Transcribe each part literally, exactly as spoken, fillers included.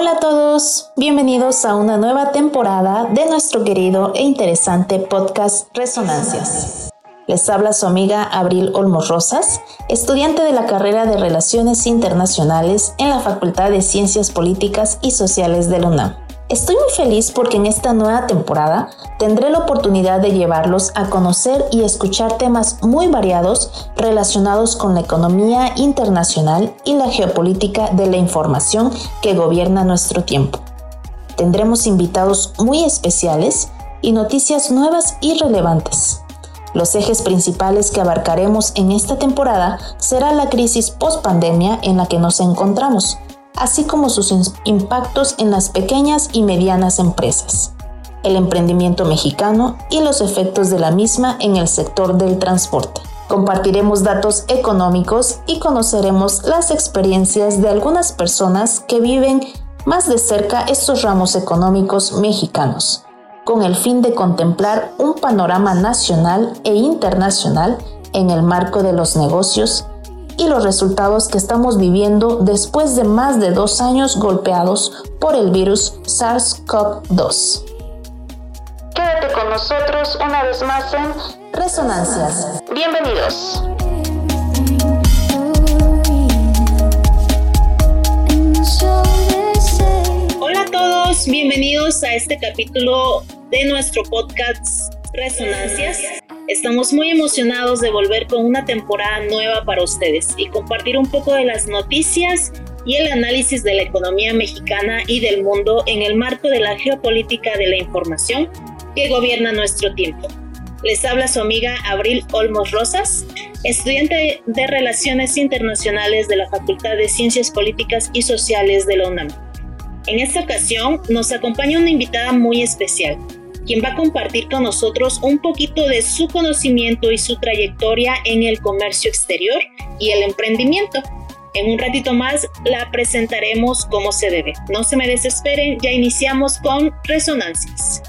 Hola a todos, bienvenidos a una nueva temporada de nuestro querido e interesante podcast Resonancias. Les habla su amiga Abril Olmos Rosas, estudiante de la carrera de Relaciones Internacionales en la Facultad de Ciencias Políticas y Sociales de la UNAM. Estoy muy feliz porque en esta nueva temporada tendré la oportunidad de llevarlos a conocer y escuchar temas muy variados relacionados con la economía internacional y la geopolítica de la información que gobierna nuestro tiempo. Tendremos invitados muy especiales y noticias nuevas y relevantes. Los ejes principales que abarcaremos en esta temporada será la crisis post-pandemia en la que nos encontramos, así como sus impactos en las pequeñas y medianas empresas, el emprendimiento mexicano y los efectos de la misma en el sector del transporte. Compartiremos datos económicos y conoceremos las experiencias de algunas personas que viven más de cerca estos ramos económicos mexicanos, con el fin de contemplar un panorama nacional e internacional en el marco de los negocios y los resultados que estamos viviendo después de más de dos años golpeados por el virus SARS-CoV dos. Quédate con nosotros una vez más en Resonancias. Bienvenidos. Hola a todos, bienvenidos a este capítulo de nuestro podcast Resonancias. Estamos muy emocionados de volver con una temporada nueva para ustedes y compartir un poco de las noticias y el análisis de la economía mexicana y del mundo en el marco de la geopolítica de la información que gobierna nuestro tiempo. Les habla su amiga Abril Olmos Rosas, estudiante de Relaciones Internacionales de la Facultad de Ciencias Políticas y Sociales de la UNAM. En esta ocasión nos acompaña una invitada muy especial, quien va a compartir con nosotros un poquito de su conocimiento y su trayectoria en el comercio exterior y el emprendimiento. En un ratito más la presentaremos como se debe. No se me desesperen, ya iniciamos con Resonancias.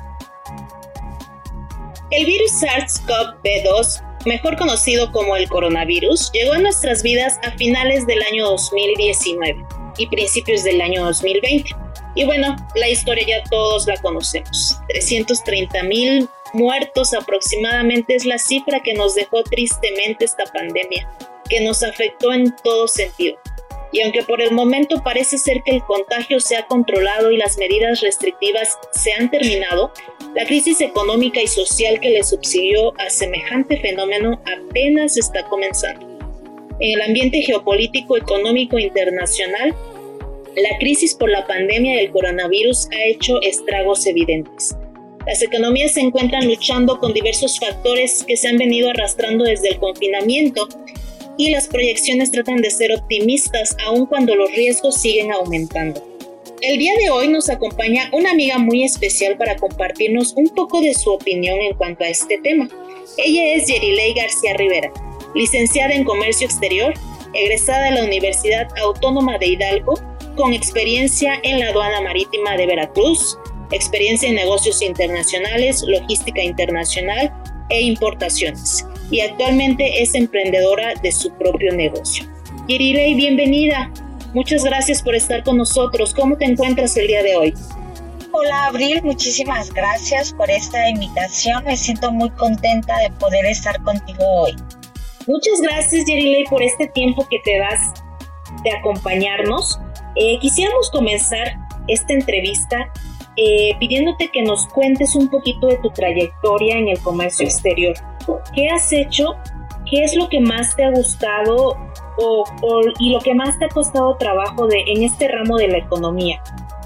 El virus SARS-CoV dos, mejor conocido como el coronavirus, llegó a nuestras vidas a finales del año dos mil diecinueve y principios del año dos mil veinte. Y bueno, la historia ya todos la conocemos. trescientos treinta mil muertos aproximadamente es la cifra que nos dejó tristemente esta pandemia, que nos afectó en todo sentido. Y aunque por el momento parece ser que el contagio se ha controlado y las medidas restrictivas se han terminado, la crisis económica y social que le subsiguió a semejante fenómeno apenas está comenzando. En el ambiente geopolítico económico internacional, la crisis por la pandemia del coronavirus ha hecho estragos evidentes. Las economías se encuentran luchando con diversos factores que se han venido arrastrando desde el confinamiento y las proyecciones tratan de ser optimistas aun cuando los riesgos siguen aumentando. El día de hoy nos acompaña una amiga muy especial para compartirnos un poco de su opinión en cuanto a este tema. Ella es Yerilei García Rivera, licenciada en Comercio Exterior, egresada de la Universidad Autónoma de Hidalgo, con experiencia en la aduana marítima de Veracruz, experiencia en negocios internacionales, logística internacional e importaciones, y actualmente es emprendedora de su propio negocio. Yerilei, bienvenida. Muchas gracias por estar con nosotros. ¿Cómo te encuentras el día de hoy? Hola Abril, muchísimas gracias por esta invitación. Me siento muy contenta de poder estar contigo hoy. Muchas gracias, Yerilei, por este tiempo que te das de acompañarnos. Eh, quisiéramos comenzar esta entrevista eh, pidiéndote que nos cuentes un poquito de tu trayectoria en el comercio exterior. ¿Qué has hecho? ¿Qué es lo que más te ha gustado o, o, y lo que más te ha costado trabajo de, en este ramo de la economía?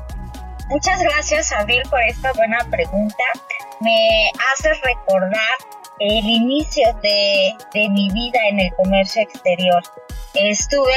Muchas gracias, Abril, por esta buena pregunta. Me hace recordar el inicio de, de mi vida en el comercio exterior. Estuve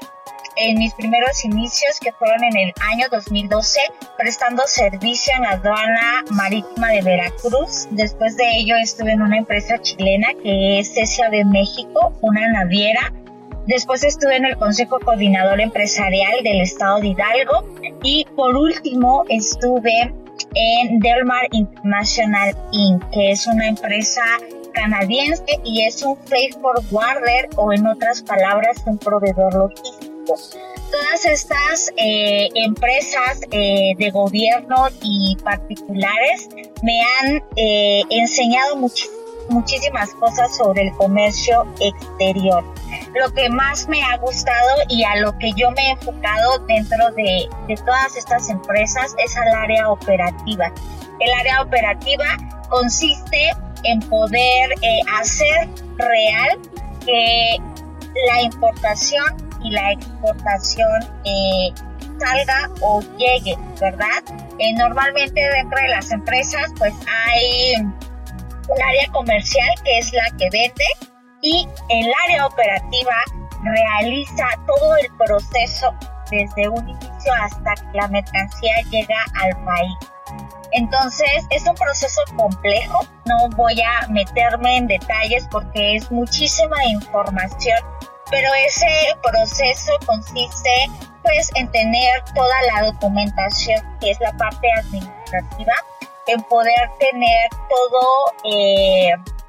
en mis primeros inicios, que fueron en el año dos mil doce, prestando servicio en la aduana marítima de Veracruz. Después de ello estuve en una empresa chilena que es C C A de México, una naviera. Después estuve en el Consejo Coordinador Empresarial del Estado de Hidalgo. Y por último estuve en Delmar International incorporated, que es una empresa canadiense y es un freight forwarder, o en otras palabras, un proveedor logístico. México. Todas estas eh, empresas eh, de gobierno y particulares me han eh, enseñado muchísimo muchísimas cosas sobre el comercio exterior. Lo que más me ha gustado y a lo que yo me he enfocado dentro de, de todas estas empresas es al área operativa. El área operativa consiste en poder eh, hacer real que la importación y la exportación eh, salga o llegue, ¿verdad? Eh, normalmente dentro de las empresas pues hay un área comercial que es la que vende y el área operativa realiza todo el proceso desde un inicio hasta que la mercancía llega al país. Entonces es un proceso complejo, no voy a meterme en detalles porque es muchísima información, pero ese proceso consiste pues en tener toda la documentación que es la parte administrativa, en poder tener todo, eh,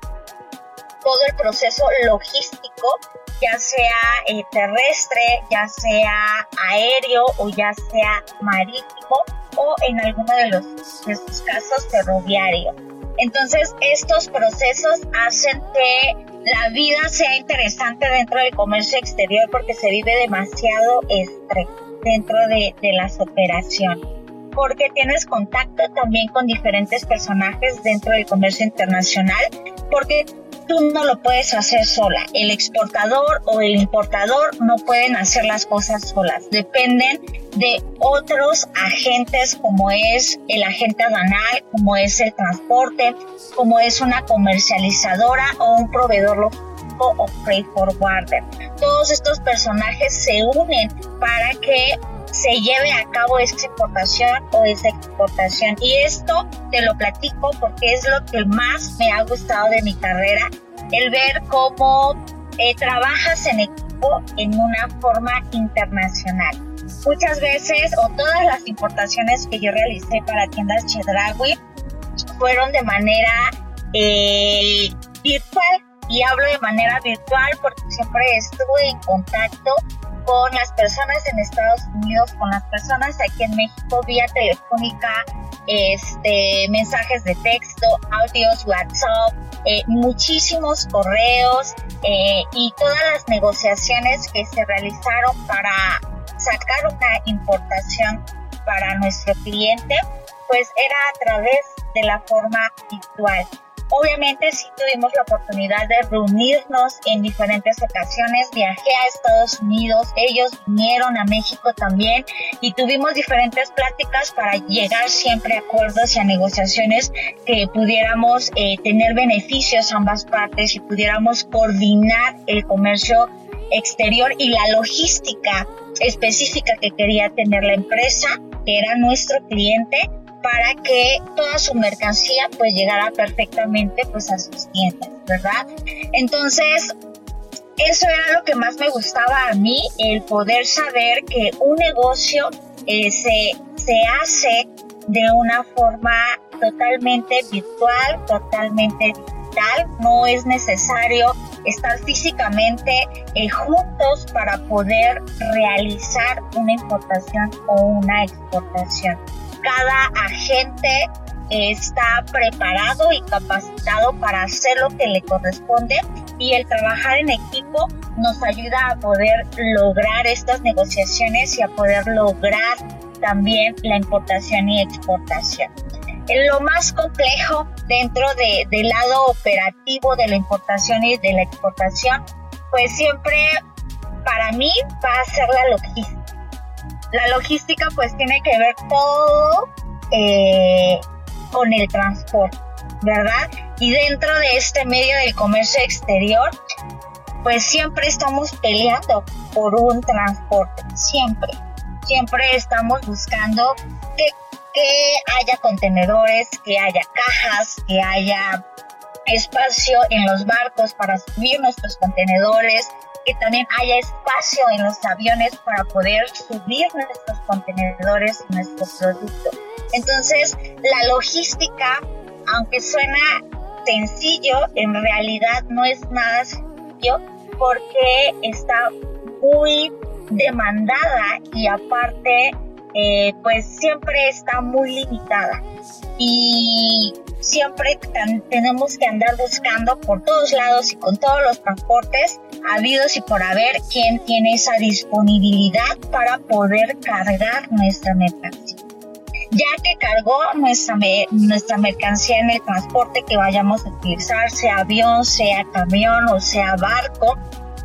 todo el proceso logístico, ya sea eh, terrestre, ya sea aéreo o ya sea marítimo o en alguno de los de sus casos ferroviario. Entonces estos procesos hacen que la vida sea interesante dentro del comercio exterior porque se vive demasiado estrés dentro de, de las operaciones, porque tienes contacto también con diferentes personajes dentro del comercio internacional, porque tú no lo puedes hacer sola. El exportador o el importador no pueden hacer las cosas solas. Dependen de otros agentes como es el agente aduanal, como es el transporte, como es una comercializadora o un proveedor logístico o freight forwarder. Todos estos personajes se unen para que se lleve a cabo esa importación o esa exportación. Y esto te lo platico porque es lo que más me ha gustado de mi carrera, el ver cómo eh, trabajas en equipo en una forma internacional. Muchas veces, o todas las importaciones que yo realicé para tiendas Chedraui fueron de manera eh, virtual, y hablo de manera virtual porque siempre estuve en contacto con las personas en Estados Unidos, con las personas aquí en México, vía telefónica, este, mensajes de texto, audios, WhatsApp, eh, muchísimos correos eh, y todas las negociaciones que se realizaron para sacar una importación para nuestro cliente, pues era a través de la forma virtual. Obviamente sí tuvimos la oportunidad de reunirnos en diferentes ocasiones, viajé a Estados Unidos, ellos vinieron a México también y tuvimos diferentes pláticas para llegar siempre a acuerdos y a negociaciones que pudiéramos eh, tener beneficios a ambas partes y pudiéramos coordinar el comercio exterior y la logística específica que quería tener la empresa, que era nuestro cliente, para que toda su mercancía pues llegara perfectamente pues a sus tiendas, ¿verdad? Entonces, eso era lo que más me gustaba a mí, el poder saber que un negocio eh, se, se hace de una forma totalmente virtual, totalmente digital. No es necesario estar físicamente eh, juntos para poder realizar una importación o una exportación. Cada agente está preparado y capacitado para hacer lo que le corresponde, y el trabajar en equipo nos ayuda a poder lograr estas negociaciones y a poder lograr también la importación y exportación. Lo más complejo dentro de, del lado operativo de la importación y de la exportación, pues siempre para mí va a ser la logística. La logística pues tiene que ver todo eh, con el transporte, ¿verdad? Y dentro de este medio del comercio exterior, pues siempre estamos peleando por un transporte, siempre. Siempre estamos buscando que, que haya contenedores, que haya cajas, que haya espacio en los barcos para subir nuestros contenedores, que también haya espacio en los aviones para poder subir nuestros contenedores y nuestro producto. Entonces, la logística, aunque suena sencillo, en realidad no es nada sencillo porque está muy demandada y aparte eh, pues siempre está muy limitada y siempre tan, tenemos que andar buscando por todos lados y con todos los transportes habidos y por haber quien tiene esa disponibilidad para poder cargar nuestra mercancía. Ya que cargó nuestra, nuestra mercancía en el transporte que vayamos a utilizar, sea avión, sea camión o sea barco,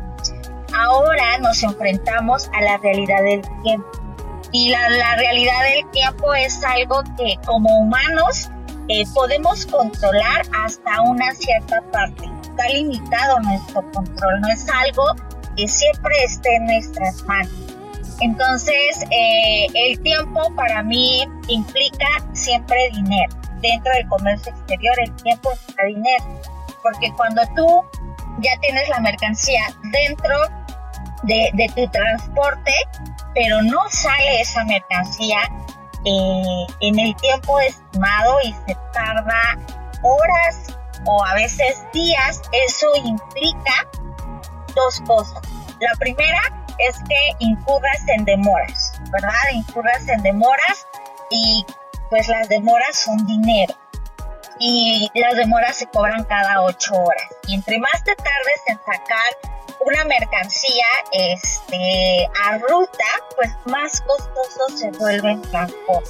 ahora nos enfrentamos a la realidad del tiempo. Y la, la realidad del tiempo es algo que como humanos eh, podemos controlar hasta una cierta parte. Está limitado nuestro control, no es algo que siempre esté en nuestras manos. Entonces, eh, el tiempo para mí implica siempre dinero. Dentro del comercio exterior, el tiempo es dinero. Porque cuando tú ya tienes la mercancía dentro de, de tu transporte, pero no sale esa mercancía eh, en el tiempo estimado y se tarda horas o a veces días, eso implica dos cosas. La primera es que incurras en demoras, ¿verdad? Incurras en demoras y pues las demoras son dinero y las demoras se cobran cada ocho horas y entre más te tardes en sacar una mercancía este, a ruta, pues más costoso se vuelve el transporte.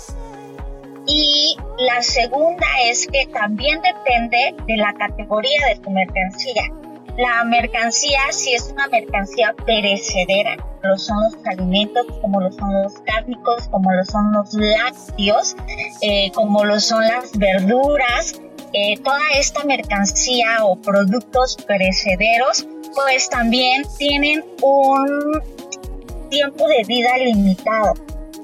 Y la segunda es que también depende de la categoría de tu mercancía. La mercancía, si es una mercancía perecedera, lo son los alimentos, como lo son los cárnicos, como lo son los lácteos, eh, como lo son las verduras, eh, toda esta mercancía o productos perecederos, pues también tienen un tiempo de vida limitado.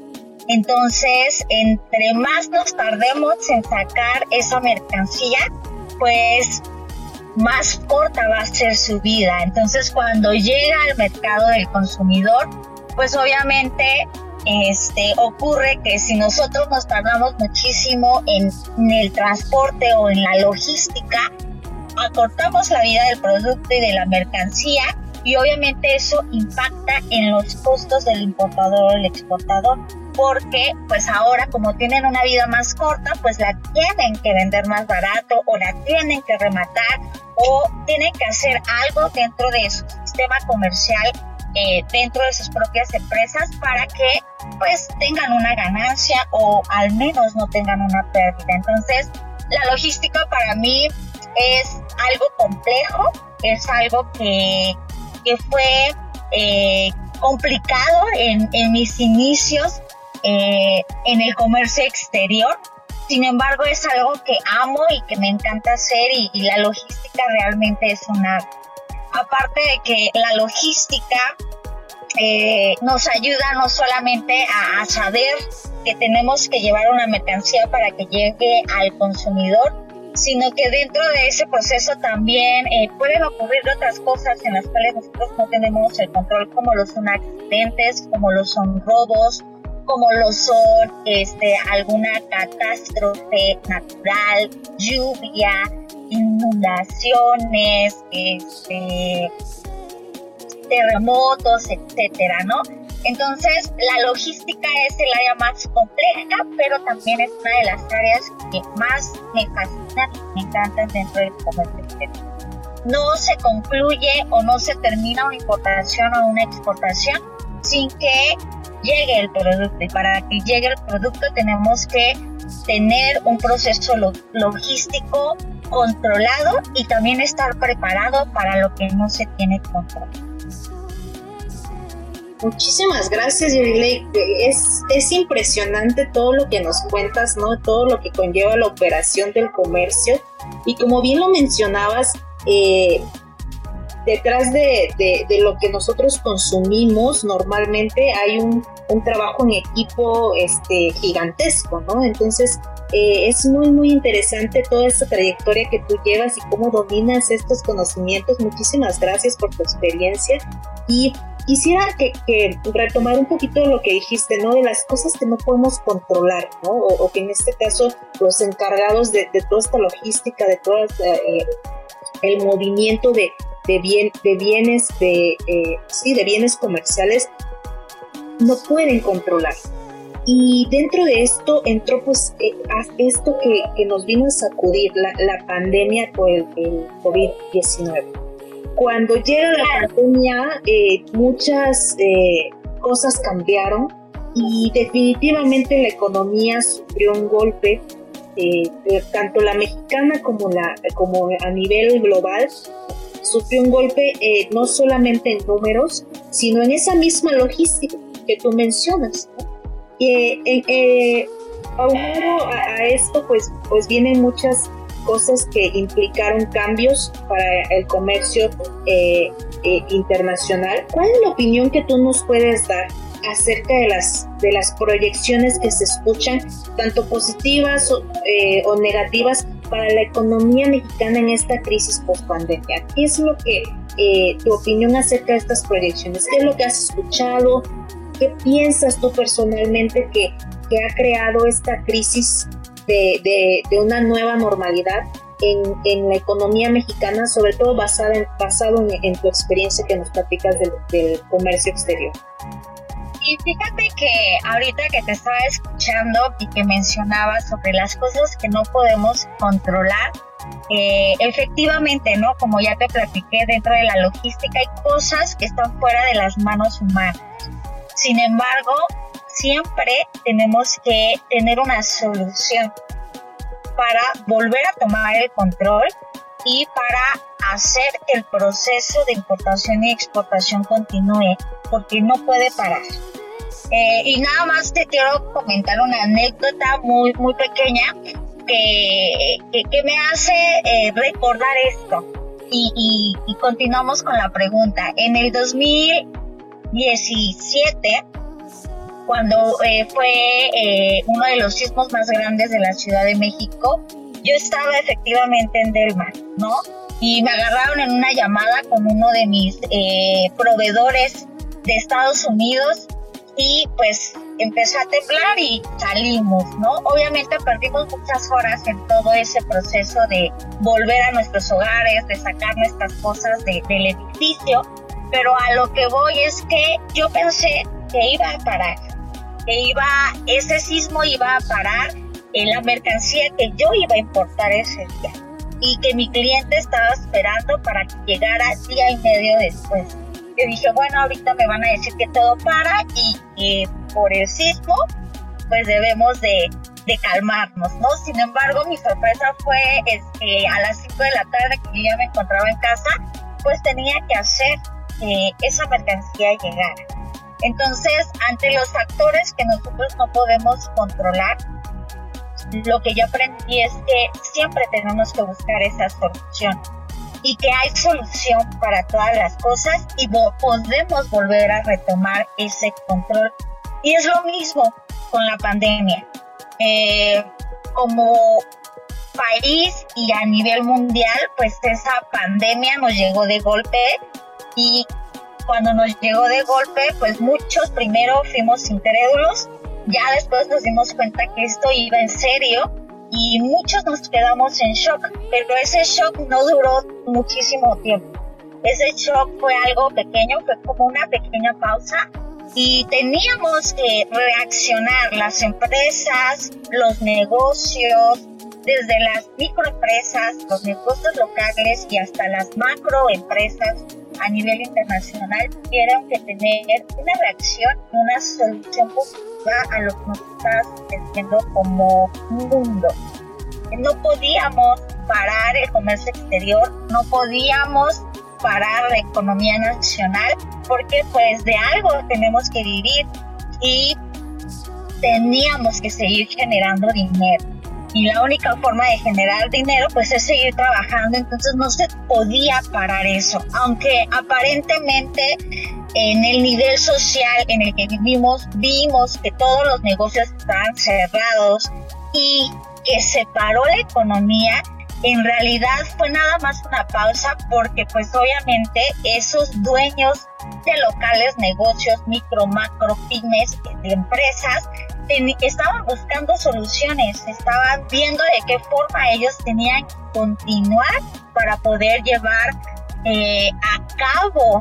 Entonces, entre más nos tardemos en sacar esa mercancía, pues más corta va a ser su vida. Entonces, cuando llega al mercado del consumidor, pues obviamente este, ocurre que si nosotros nos tardamos muchísimo en, en el transporte o en la logística, acortamos la vida del producto y de la mercancía y obviamente eso impacta en los costos del importador o el exportador, porque pues ahora como tienen una vida más corta, pues la tienen que vender más barato o la tienen que rematar o tienen que hacer algo dentro de su sistema comercial, eh, dentro de sus propias empresas para que pues tengan una ganancia o al menos no tengan una pérdida. Entonces la logística para mí es algo complejo, es algo que, que fue eh, complicado en, en mis inicios eh, en el comercio exterior. Sin embargo, es algo que amo y que me encanta hacer y, y la logística realmente es un arte. Aparte de que la logística eh, nos ayuda no solamente a, a saber que tenemos que llevar una mercancía para que llegue al consumidor, sino que dentro de ese proceso también eh, pueden ocurrir otras cosas en las cuales nosotros no tenemos el control, como lo son accidentes, como lo son robos, como lo son este, alguna catástrofe natural, lluvia, inundaciones, este, terremotos, etcétera, ¿no? Entonces, la logística es el área más compleja, pero también es una de las áreas que más me fascinan y me encantan dentro del comercio exterior. No se concluye o no se termina una importación o una exportación sin que llegue el producto. Y para que llegue el producto tenemos que tener un proceso lo- logístico controlado y también estar preparado para lo que no se tiene control. Muchísimas gracias, Yorilei. Es, es impresionante todo lo que nos cuentas, ¿no? Todo lo que conlleva la operación del comercio. Y como bien lo mencionabas, eh, detrás de, de, de lo que nosotros consumimos normalmente hay un, un trabajo en equipo este, gigantesco, ¿no? Entonces, eh, es muy, muy interesante toda esta trayectoria que tú llevas y cómo dominas estos conocimientos. Muchísimas gracias por tu experiencia. Y quisiera que, que retomar un poquito lo que dijiste, ¿no? De las cosas que no podemos controlar, ¿no? O, o que en este caso los encargados de, de toda esta logística, de todo eh, el movimiento de, de, bien, de bienes, de, eh, sí, de bienes comerciales, no pueden controlar. Y dentro de esto entró pues eh, esto que, que nos vino a sacudir, la, la pandemia por el, el covid diecinueve. Cuando llega la pandemia, eh, muchas eh, cosas cambiaron y definitivamente la economía sufrió un golpe, eh, tanto la mexicana como, la, como a nivel global, sufrió un golpe eh, no solamente en números, sino en esa misma logística que tú mencionas, ¿no? Eh, eh, eh, aunado a, a esto, pues, pues vienen muchas cosas que implicaron cambios para el comercio eh, eh, internacional. ¿Cuál es la opinión que tú nos puedes dar acerca de las, de las proyecciones que se escuchan, tanto positivas o, eh, o negativas, para la economía mexicana en esta crisis post-pandemia? ¿Qué es lo que, eh, tu opinión acerca de estas proyecciones? ¿Qué es lo que has escuchado? ¿Qué piensas tú personalmente que, que ha creado esta crisis de, de, de una nueva normalidad en, en la economía mexicana, sobre todo basada en, basado en, en tu experiencia que nos platicas del, del comercio exterior? Y fíjate que ahorita que te estaba escuchando y que mencionabas sobre las cosas que no podemos controlar, eh, efectivamente, ¿no? Como ya te platiqué, dentro de la logística hay cosas que están fuera de las manos humanas. Sin embargo, siempre tenemos que tener una solución para volver a tomar el control y para hacer que el proceso de importación y exportación continúe, porque no puede parar. Eh, y nada más te quiero comentar una anécdota muy, muy pequeña que, que, que me hace eh, recordar esto. Y, y, y continuamos con la pregunta. En el dos mil diecisiete, cuando eh, fue eh, uno de los sismos más grandes de la Ciudad de México, yo estaba efectivamente en Delmar, ¿no? Y me agarraron en una llamada con uno de mis eh, proveedores de Estados Unidos y pues empezó a temblar y salimos, ¿no? Obviamente perdimos muchas horas en todo ese proceso de volver a nuestros hogares, de sacar nuestras cosas de, del edificio, pero a lo que voy es que yo pensé que iba a parar, que iba, ese sismo iba a parar en la mercancía que yo iba a importar ese día y que mi cliente estaba esperando para que llegara día y medio después. Yo dije, bueno, ahorita me van a decir que todo para y que por el sismo pues debemos de, de calmarnos, ¿no? Sin embargo, mi sorpresa fue es que a las cinco de la tarde, que yo ya me encontraba en casa, pues tenía que hacer que esa mercancía llegara. Entonces, ante los factores que nosotros no podemos controlar, lo que yo aprendí es que siempre tenemos que buscar esa solución y que hay solución para todas las cosas y vo- podemos volver a retomar ese control. Y es lo mismo con la pandemia. Eh, como país y a nivel mundial, pues esa pandemia nos llegó de golpe y cuando nos llegó de golpe, pues muchos primero fuimos incrédulos, ya después nos dimos cuenta que esto iba en serio y muchos nos quedamos en shock, pero ese shock no duró muchísimo tiempo. Ese shock fue algo pequeño, fue como una pequeña pausa y teníamos que reaccionar las empresas, los negocios, desde las microempresas, los negocios locales y hasta las macroempresas a nivel internacional tuvieron que tener una reacción, una solución positiva a lo que nos está sucediendo como mundo. No podíamos parar el comercio exterior, no podíamos parar la economía nacional, porque pues de algo tenemos que vivir y teníamos que seguir generando dinero. Y la única forma de generar dinero pues es seguir trabajando, entonces no se podía parar eso, aunque aparentemente en el nivel social en el que vivimos vimos que todos los negocios estaban cerrados y que se paró la economía. En realidad fue nada más una pausa porque pues obviamente esos dueños de locales, negocios, micro, macro, pymes, de empresas, ten, estaban buscando soluciones, estaban viendo de qué forma ellos tenían que continuar para poder llevar eh, a cabo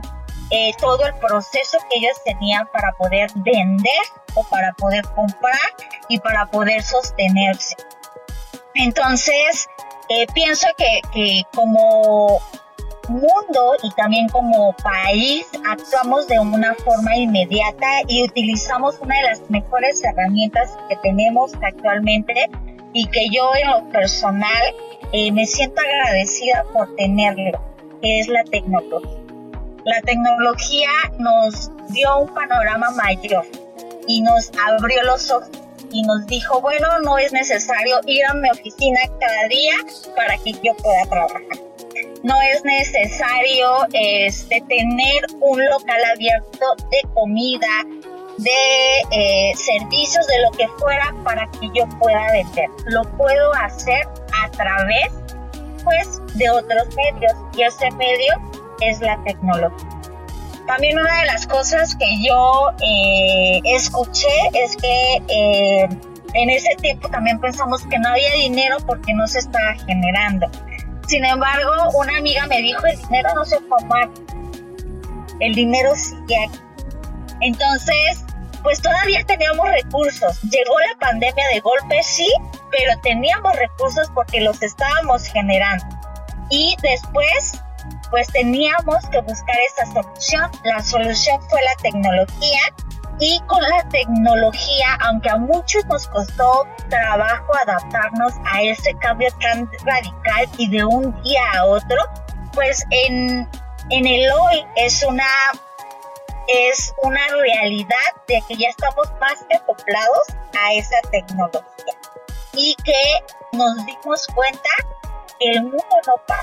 eh, todo el proceso que ellos tenían para poder vender o para poder comprar y para poder sostenerse. Entonces, eh, pienso que, que como mundo y también como país actuamos de una forma inmediata y utilizamos una de las mejores herramientas que tenemos actualmente y que yo en lo personal eh, me siento agradecida por tenerlo, que es la tecnología. La tecnología nos dio un panorama mayor y nos abrió los ojos y nos dijo, bueno, no es necesario ir a mi oficina cada día para que yo pueda trabajar. No es necesario este, tener un local abierto de comida, de eh, servicios, de lo que fuera para que yo pueda vender. Lo puedo hacer a través, pues, de otros medios y ese medio es la tecnología. También una de las cosas que yo eh, escuché es que eh, en ese tiempo también pensamos que no había dinero porque no se estaba generando. Sin embargo, una amiga me dijo, el dinero no se fue a mar, el dinero sigue aquí. Entonces, pues todavía teníamos recursos. Llegó la pandemia de golpe, sí, pero teníamos recursos porque los estábamos generando. Y después, pues teníamos que buscar esa solución. La solución fue la tecnología. Y con la tecnología, aunque a muchos nos costó trabajo adaptarnos a ese cambio tan radical y de un día a otro, pues en, en el hoy es una, es una realidad de que ya estamos más acoplados a esa tecnología y que nos dimos cuenta que el mundo no para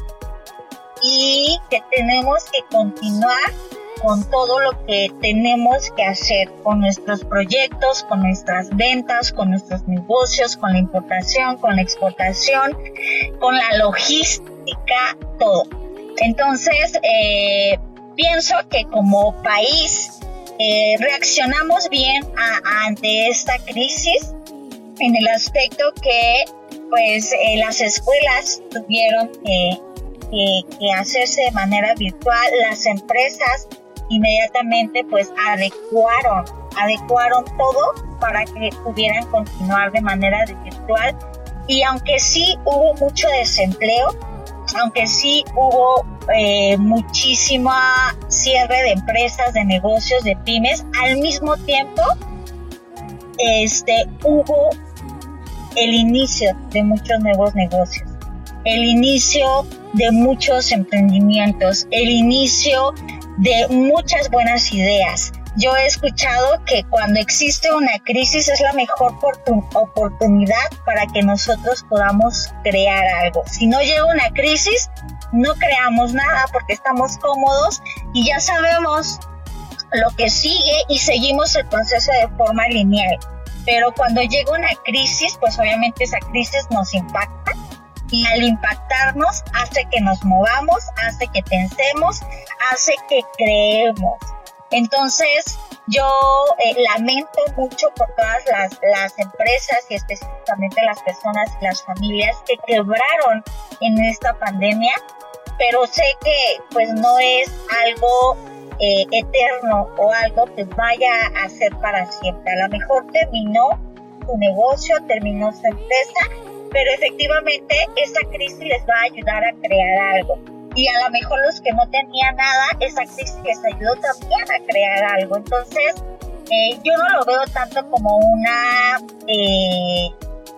y que tenemos que continuar con todo lo que tenemos que hacer, con nuestros proyectos, con nuestras ventas, con nuestros negocios, con la importación, con la exportación, con la logística, todo. Entonces, eh, pienso que como país eh, reaccionamos bien a, ante esta crisis en el aspecto que pues eh, las escuelas tuvieron que, que, que hacerse de manera virtual, las empresas inmediatamente pues adecuaron, adecuaron todo para que pudieran continuar de manera virtual y aunque sí hubo mucho desempleo, aunque sí hubo eh, muchísima cierre de empresas, de negocios, de pymes, al mismo tiempo este, hubo el inicio de muchos nuevos negocios, el inicio de muchos emprendimientos, el inicio de muchas buenas ideas. Yo he escuchado que cuando existe una crisis es la mejor oportunidad para que nosotros podamos crear algo. Si no llega una crisis, no creamos nada porque estamos cómodos y ya sabemos lo que sigue y seguimos el proceso de forma lineal. Pero cuando llega una crisis, pues obviamente esa crisis nos impacta. Y al impactarnos hace que nos movamos, hace que pensemos, hace que creemos. Entonces yo eh, lamento mucho por todas las, las empresas y específicamente las personas y las familias que quebraron en esta pandemia, pero sé que pues no es algo eh, eterno o algo que vaya a ser para siempre. A lo mejor terminó su negocio, terminó su empresa, pero efectivamente esa crisis les va a ayudar a crear algo. Y a lo mejor los que no tenían nada, esa crisis les ayudó también a crear algo. Entonces, eh, yo no lo veo tanto como una, eh,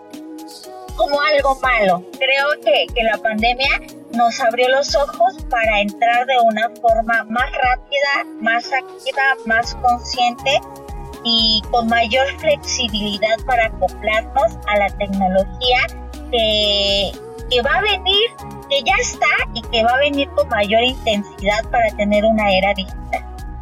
como algo malo. Creo que, que la pandemia nos abrió los ojos para entrar de una forma más rápida, más activa, más consciente y con mayor flexibilidad para acoplarnos a la tecnología que, que va a venir, que ya está y que va a venir con mayor intensidad para tener una era digital.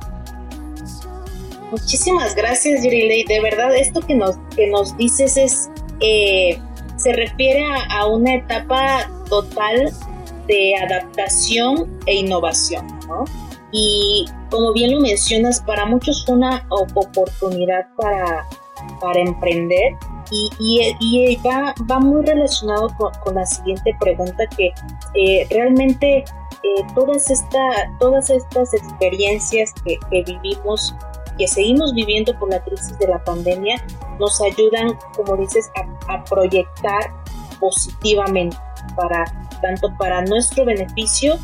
Muchísimas gracias, Yurilei. De verdad, esto que nos, que nos dices es eh, se refiere a, a una etapa total de adaptación e innovación, ¿no? Y como bien lo mencionas, para muchos fue una oportunidad para, para emprender. Y, y, y va, va muy relacionado con, con la siguiente pregunta que eh, realmente eh, todas, esta, todas estas experiencias que, que vivimos, que seguimos viviendo por la crisis de la pandemia, nos ayudan, como dices, a, a proyectar positivamente, para, tanto para nuestro beneficio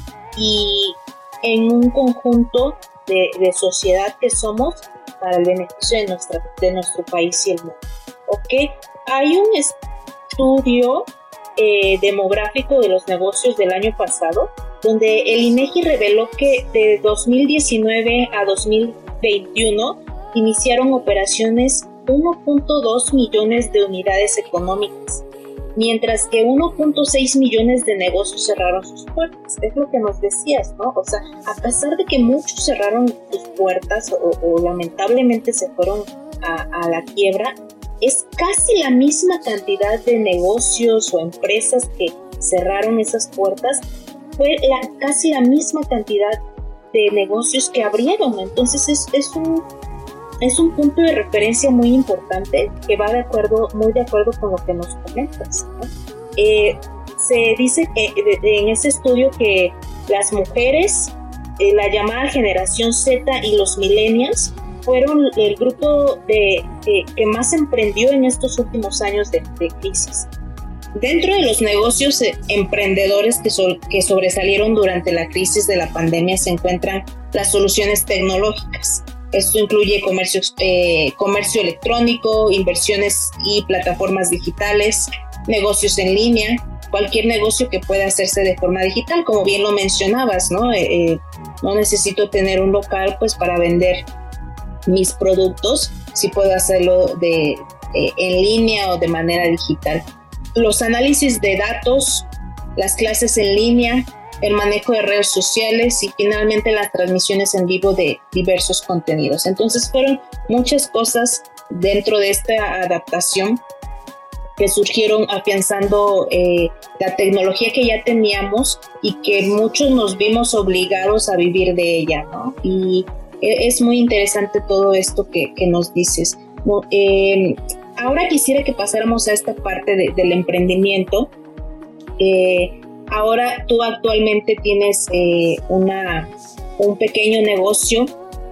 y en un conjunto de, de sociedad que somos, para el beneficio de, nuestra, de nuestro país y el mundo. ¿Ok? Hay un estudio eh, demográfico de los negocios del año pasado, donde el INEGI reveló que de dos mil diecinueve a dos mil veintiuno iniciaron operaciones uno punto dos millones de unidades económicas, mientras que uno punto seis millones de negocios cerraron sus puertas. Es lo que nos decías, ¿no? O sea, a pesar de que muchos cerraron sus puertas o, o lamentablemente se fueron a, a la quiebra, es casi la misma cantidad de negocios o empresas que cerraron esas puertas, fue la, casi la misma cantidad de negocios que abrieron. Entonces es, es un es un punto de referencia muy importante que va de acuerdo, muy de acuerdo con lo que nos comentas, ¿no? Eh, se dice que en ese estudio que las mujeres, eh, la llamada generación Z y los millennials fueron el grupo de, de, que más emprendió en estos últimos años de, de crisis. Dentro de los negocios eh, emprendedores que, so, que sobresalieron durante la crisis de la pandemia se encuentran las soluciones tecnológicas. Esto incluye comercio, eh, comercio electrónico, inversiones y plataformas digitales, negocios en línea, cualquier negocio que pueda hacerse de forma digital, como bien lo mencionabas, ¿no? Eh, eh, no necesito tener un local pues para vender mis productos, si puedo hacerlo de, eh, en línea o de manera digital. Los análisis de datos, las clases en línea, el manejo de redes sociales y finalmente las transmisiones en vivo de diversos contenidos. Entonces fueron muchas cosas dentro de esta adaptación que surgieron afianzando eh, la tecnología que ya teníamos y que muchos nos vimos obligados a vivir de ella, ¿no? Y es muy interesante todo esto que, que nos dices. Eh, ahora quisiera que pasáramos a esta parte de, del emprendimiento. Eh, Ahora tú actualmente tienes eh, una, un pequeño negocio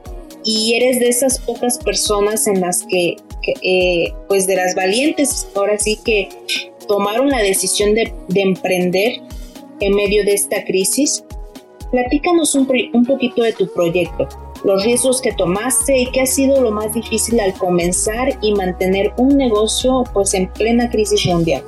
y eres de esas pocas personas en las que, que eh, pues de las valientes, ahora sí que tomaron la decisión de, de emprender en medio de esta crisis. Platícanos un, un poquito de tu proyecto, los riesgos que tomaste y qué ha sido lo más difícil al comenzar y mantener un negocio pues en plena crisis mundial.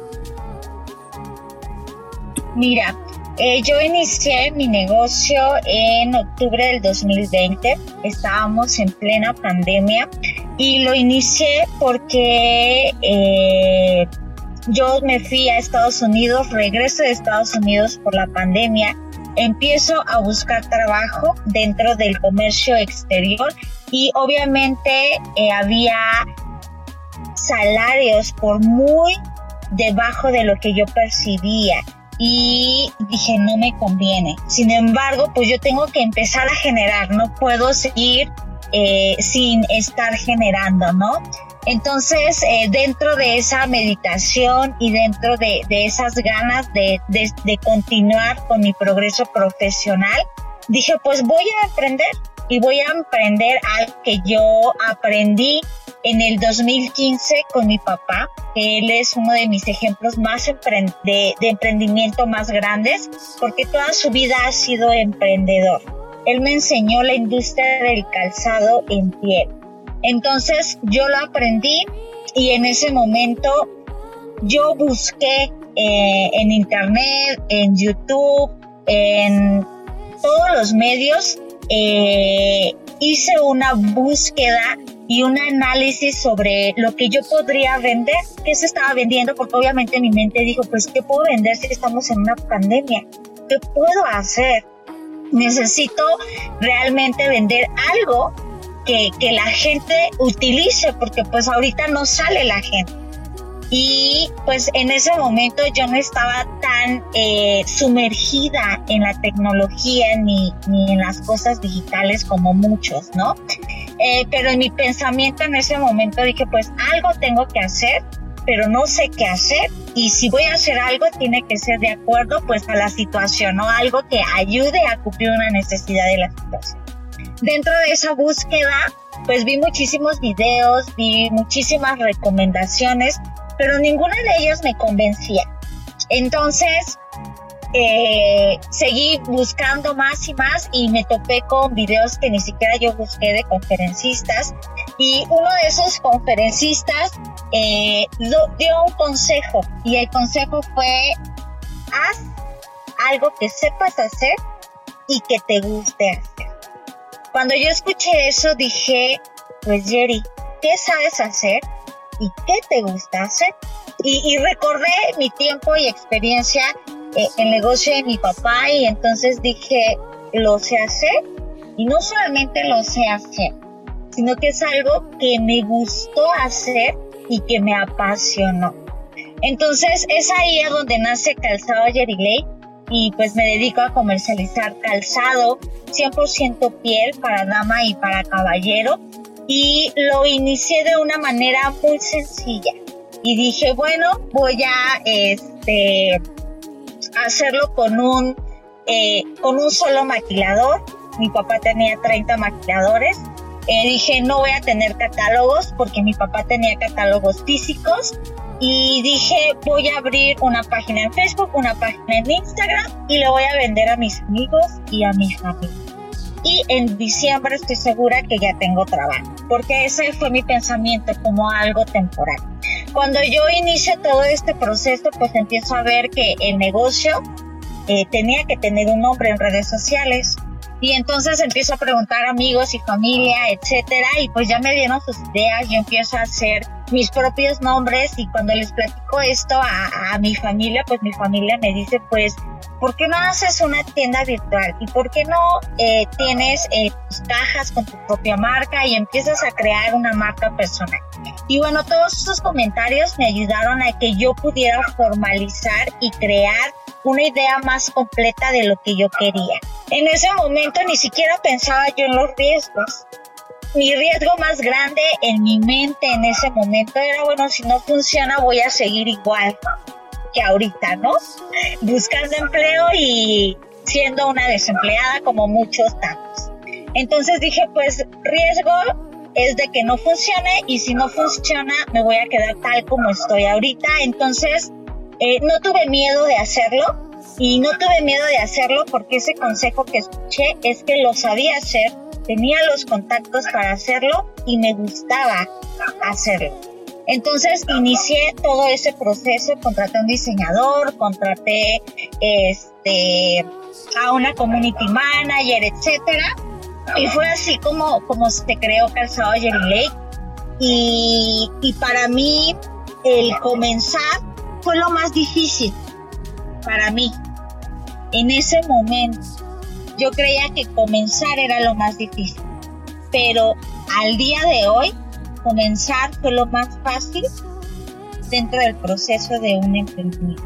Mira, eh, yo inicié mi negocio en octubre del dos mil veinte, estábamos en plena pandemia y lo inicié porque eh, yo me fui a Estados Unidos, regreso de Estados Unidos por la pandemia, empiezo a buscar trabajo dentro del comercio exterior y obviamente eh, había salarios por muy debajo de lo que yo percibía. Y dije, no me conviene. Sin embargo, pues yo tengo que empezar a generar, no puedo seguir eh, sin estar generando, ¿no? Entonces, eh, dentro de esa meditación y dentro de, de esas ganas de, de, de continuar con mi progreso profesional, dije, pues voy a emprender y voy a emprender algo que yo aprendí en el dos mil quince con mi papá, que él es uno de mis ejemplos más emprend- de, de emprendimiento más grandes, porque toda su vida ha sido emprendedor. Él me enseñó la industria del calzado en piel. Entonces yo lo aprendí y en ese momento yo busqué eh, en internet, en YouTube, en todos los medios, eh, hice una búsqueda y un análisis sobre lo que yo podría vender, qué se estaba vendiendo, porque obviamente mi mente dijo, pues, ¿qué puedo vender si estamos en una pandemia? ¿Qué puedo hacer? Necesito realmente vender algo que, que la gente utilice, porque pues ahorita no sale la gente. Y pues en ese momento yo no estaba tan eh, sumergida en la tecnología ni, ni en las cosas digitales como muchos, ¿no? Eh, pero en mi pensamiento en ese momento dije, pues algo tengo que hacer, pero no sé qué hacer y si voy a hacer algo tiene que ser de acuerdo pues a la situación, ¿no? Algo que ayude a cubrir una necesidad de la situación. Dentro de esa búsqueda pues vi muchísimos videos, vi muchísimas recomendaciones, pero ninguna de ellas me convencía. Entonces eh, seguí buscando más y más y me topé con videos que ni siquiera yo busqué de conferencistas, y uno de esos conferencistas eh, dio un consejo, y el consejo fue: haz algo que sepas hacer y que te guste hacer. Cuando yo escuché eso dije, pues Yeri, ¿qué sabes hacer y qué te gusta hacer? Y, y recordé mi tiempo y experiencia eh, en el negocio de mi papá, y entonces dije, lo sé hacer, y no solamente lo sé hacer, sino que es algo que me gustó hacer y que me apasionó. Entonces es ahí a donde nace Calzado Yerilei, y pues me dedico a comercializar calzado cien por ciento piel para dama y para caballero, y lo inicié de una manera muy sencilla y dije, bueno, voy a este, hacerlo con un, eh, con un solo maquilador. Mi papá tenía treinta maquiladores. Eh, dije, no voy a tener catálogos porque mi papá tenía catálogos físicos, y dije, voy a abrir una página en Facebook, una página en Instagram, y lo voy a vender a mis amigos y a mi familia. Y en diciembre estoy segura que ya tengo trabajo, porque ese fue mi pensamiento, como algo temporal. Cuando yo inicio todo este proceso, pues empiezo a ver que el negocio eh, tenía que tener un nombre en redes sociales. Y entonces empiezo a preguntar a amigos y familia, etcétera, y pues ya me dieron sus ideas. Yo empiezo a hacer mis propios nombres, y cuando les platico esto a, a mi familia, pues mi familia me dice, pues, ¿por qué no haces una tienda virtual? ¿Y por qué no eh, tienes eh, tus cajas con tu propia marca y empiezas a crear una marca personal? Y bueno, todos esos comentarios me ayudaron a que yo pudiera formalizar y crear una idea más completa de lo que yo quería. En ese momento ni siquiera pensaba yo en los riesgos. Mi riesgo más grande en mi mente en ese momento era, bueno, si no funciona voy a seguir igual que ahorita, ¿no? Buscando empleo y siendo una desempleada como muchos tantos. Entonces dije, pues riesgo es de que no funcione, y si no funciona me voy a quedar tal como estoy ahorita. Entonces eh, no tuve miedo de hacerlo, y no tuve miedo de hacerlo porque ese consejo que escuché es que lo sabía hacer, tenía los contactos para hacerlo y me gustaba hacerlo. Entonces inicié todo ese proceso, contraté a un diseñador, contraté este, a una community manager, etcétera, y fue así como, como se creó Calzado Yerilei. Y, y para mí el comenzar fue lo más difícil para mí. En ese momento yo creía que comenzar era lo más difícil, pero al día de hoy comenzar fue lo más fácil dentro del proceso de un emprendimiento.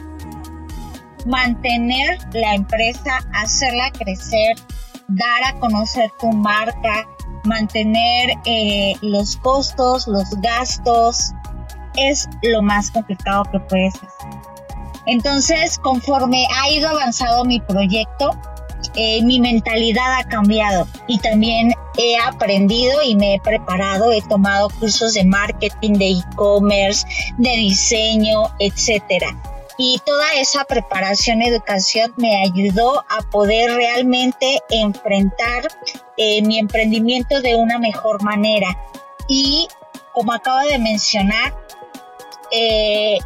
Mantener la empresa, hacerla crecer, dar a conocer tu marca, mantener eh, los costos, los gastos, es lo más complicado que puedes hacer. Entonces, conforme ha ido avanzando mi proyecto, eh, mi mentalidad ha cambiado, y también he aprendido y me he preparado, he tomado cursos de marketing, de e-commerce, de diseño, etcétera. Y toda esa preparación, educación me ayudó a poder realmente enfrentar eh, mi emprendimiento de una mejor manera. Y como acabo de mencionar, eh,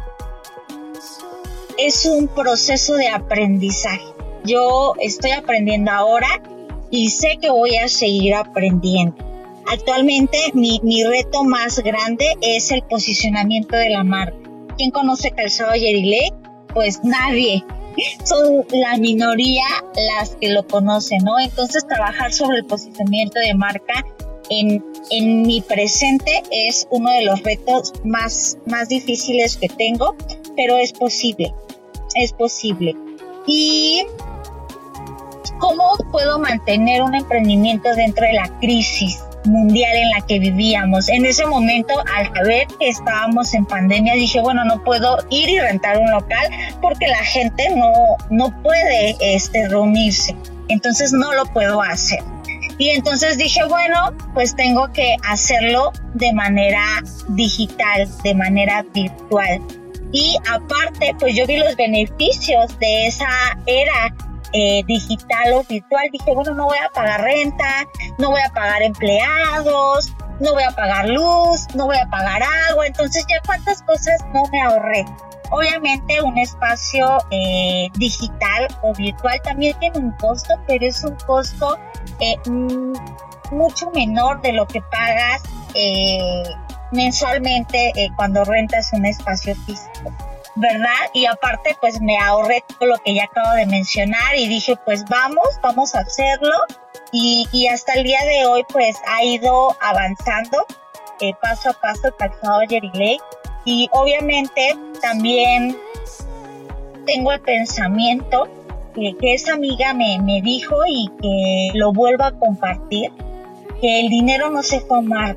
es un proceso de aprendizaje. Yo estoy aprendiendo ahora y sé que voy a seguir aprendiendo. Actualmente mi, mi reto más grande es el posicionamiento de la marca. ¿Quién conoce Calzado Yerilei? Pues nadie. Son la minoría las que lo conocen, ¿no? Entonces trabajar sobre el posicionamiento de marca en, en mi presente es uno de los retos más, más difíciles que tengo, pero es posible, es posible. ¿Y cómo puedo mantener un emprendimiento dentro de la crisis? mundial en la que vivíamos. En ese momento, al saber que estábamos en pandemia, dije, bueno, no puedo ir y rentar un local porque la gente no, no puede este, reunirse. Entonces no lo puedo hacer. Y entonces dije, bueno, pues tengo que hacerlo de manera digital, de manera virtual. Y aparte, pues yo vi los beneficios de esa era Eh, digital o virtual. Dije, bueno, no voy a pagar renta, no voy a pagar empleados, no voy a pagar luz, no voy a pagar agua. Entonces ya cuántas cosas no me ahorré. Obviamente un espacio eh, digital o virtual también tiene un costo, pero es un costo eh, m- mucho menor de lo que pagas eh, mensualmente eh, cuando rentas un espacio físico, ¿verdad? Y aparte pues me ahorré todo lo que ya acabo de mencionar y dije pues vamos, vamos a hacerlo y, y hasta el día de hoy pues ha ido avanzando eh, paso a paso el calzado Yeriley y obviamente también tengo el pensamiento que, que esa amiga me, me dijo y que lo vuelvo a compartir, que el dinero no se fue a Marte.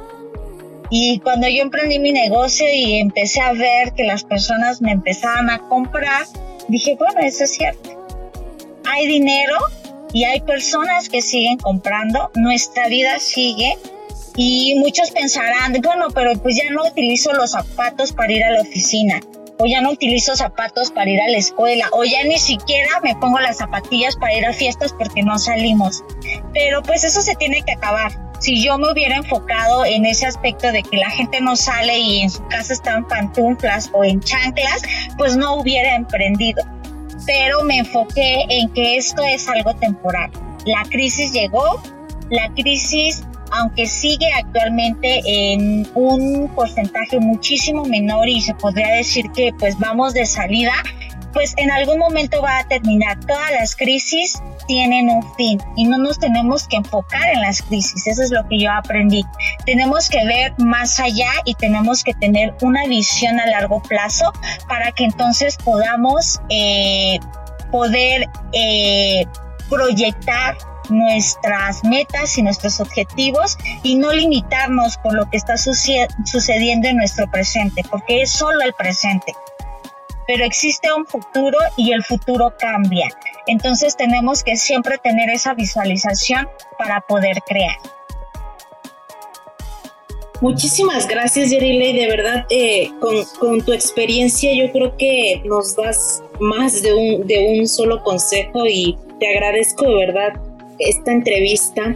Y cuando yo emprendí mi negocio y empecé a ver que las personas me empezaban a comprar, dije, bueno, eso es cierto. Hay dinero y hay personas que siguen comprando, nuestra vida sigue y muchos pensarán, bueno, pero pues ya no utilizo los zapatos para ir a la oficina, o ya no utilizo zapatos para ir a la escuela, o ya ni siquiera me pongo las zapatillas para ir a fiestas porque no salimos. Pero pues eso se tiene que acabar. Si yo me hubiera enfocado en ese aspecto de que la gente no sale y en su casa está en pantuflas o en chanclas, pues no hubiera emprendido. Pero me enfoqué en que esto es algo temporal. La crisis llegó, la crisis, aunque sigue actualmente en un porcentaje muchísimo menor y se podría decir que pues vamos de salida, pues en algún momento va a terminar. Todas las crisis tienen un fin y no nos tenemos que enfocar en las crisis. Eso es lo que yo aprendí. Tenemos que ver más allá y tenemos que tener una visión a largo plazo para que entonces podamos eh, poder eh, proyectar nuestras metas y nuestros objetivos y no limitarnos por lo que está suce- sucediendo en nuestro presente, porque es solo el presente. Pero existe un futuro y el futuro cambia. Entonces tenemos que siempre tener esa visualización para poder crear. Muchísimas gracias, Yeriley. De verdad, eh, con, con tu experiencia yo creo que nos das más de un, de un solo consejo y te agradezco de verdad esta entrevista,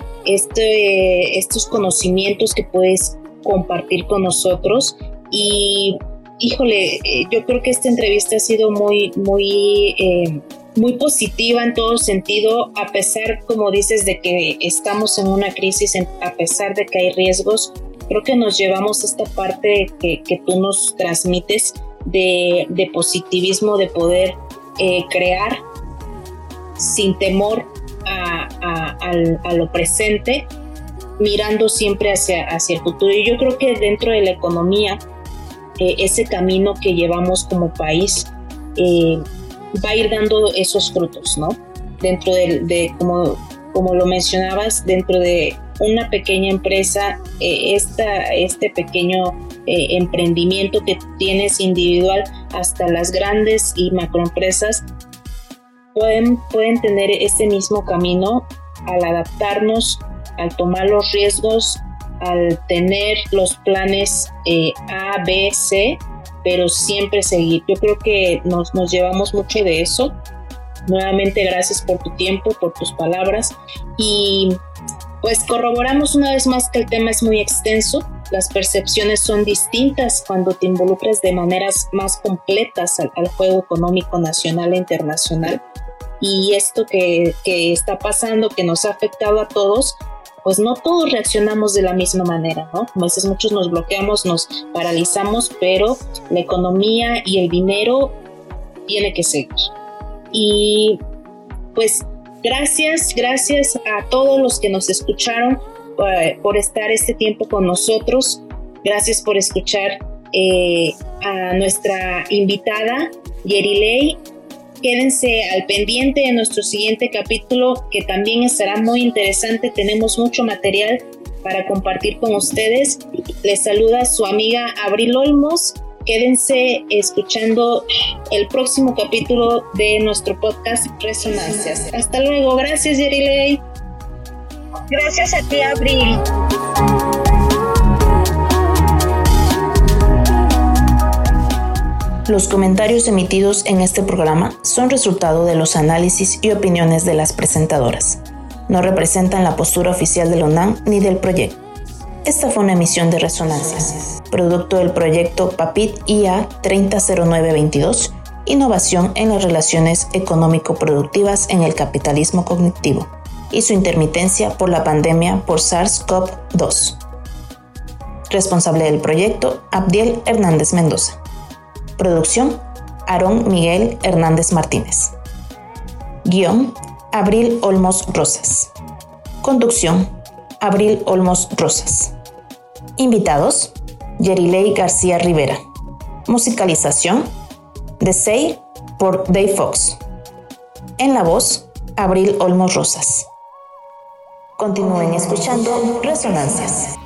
este, estos conocimientos que puedes compartir con nosotros y híjole, eh, yo creo que esta entrevista ha sido muy, muy, eh, muy positiva en todo sentido, a pesar, como dices, de que estamos en una crisis, en, a pesar de que hay riesgos, creo que nos llevamos esta parte que, que tú nos transmites de, de positivismo, de poder eh, crear sin temor a, a, a, a lo presente, mirando siempre hacia, hacia el futuro. Y yo creo que dentro de la economía, Eh, ese camino que llevamos como país eh, va a ir dando esos frutos, ¿no? Dentro de, de como, como lo mencionabas, dentro de una pequeña empresa, eh, esta, este pequeño eh, emprendimiento que tienes individual hasta las grandes y macroempresas pueden, pueden tener este mismo camino al adaptarnos, al tomar los riesgos, al tener los planes eh, A, B, C, pero siempre seguir. Yo creo que nos, nos llevamos mucho de eso. Nuevamente, gracias por tu tiempo, por tus palabras. Y pues corroboramos una vez más que el tema es muy extenso. Las percepciones son distintas cuando te involucras de maneras más completas al, al juego económico nacional e internacional. Y esto que, que está pasando, que nos ha afectado a todos, pues no todos reaccionamos de la misma manera, ¿no? Como dices, muchos nos bloqueamos, nos paralizamos, pero la economía y el dinero tiene que seguir. Y pues gracias, gracias a todos los que nos escucharon uh, por estar este tiempo con nosotros. Gracias por escuchar eh, a nuestra invitada, Yeriley. quédense al pendiente de nuestro siguiente capítulo, que también estará muy interesante. Tenemos mucho material para compartir con ustedes. Les saluda su amiga Abril Olmos. Quédense escuchando el próximo capítulo de nuestro podcast Resonancias. Hasta luego. Gracias, Yerilei. Gracias a ti, Abril. Los comentarios emitidos en este programa son resultado de los análisis y opiniones de las presentadoras. No representan la postura oficial de la UNAM ni del proyecto. Esta fue una emisión de Resonancias, producto del proyecto PAPIT I A treinta cero nueve veintidós, Innovación en las Relaciones Económico-Productivas en el Capitalismo Cognitivo, y su intermitencia por la pandemia por SARS-CoV dos. Responsable del proyecto, Abdiel Hernández Mendoza. Producción, Aarón Miguel Hernández Martínez. Guión, Abril Olmos Rosas. Conducción, Abril Olmos Rosas. Invitados, Yerilei García Rivera. Musicalización, The Say por Dave Fox. En la voz, Abril Olmos Rosas. Continúen escuchando Resonancias.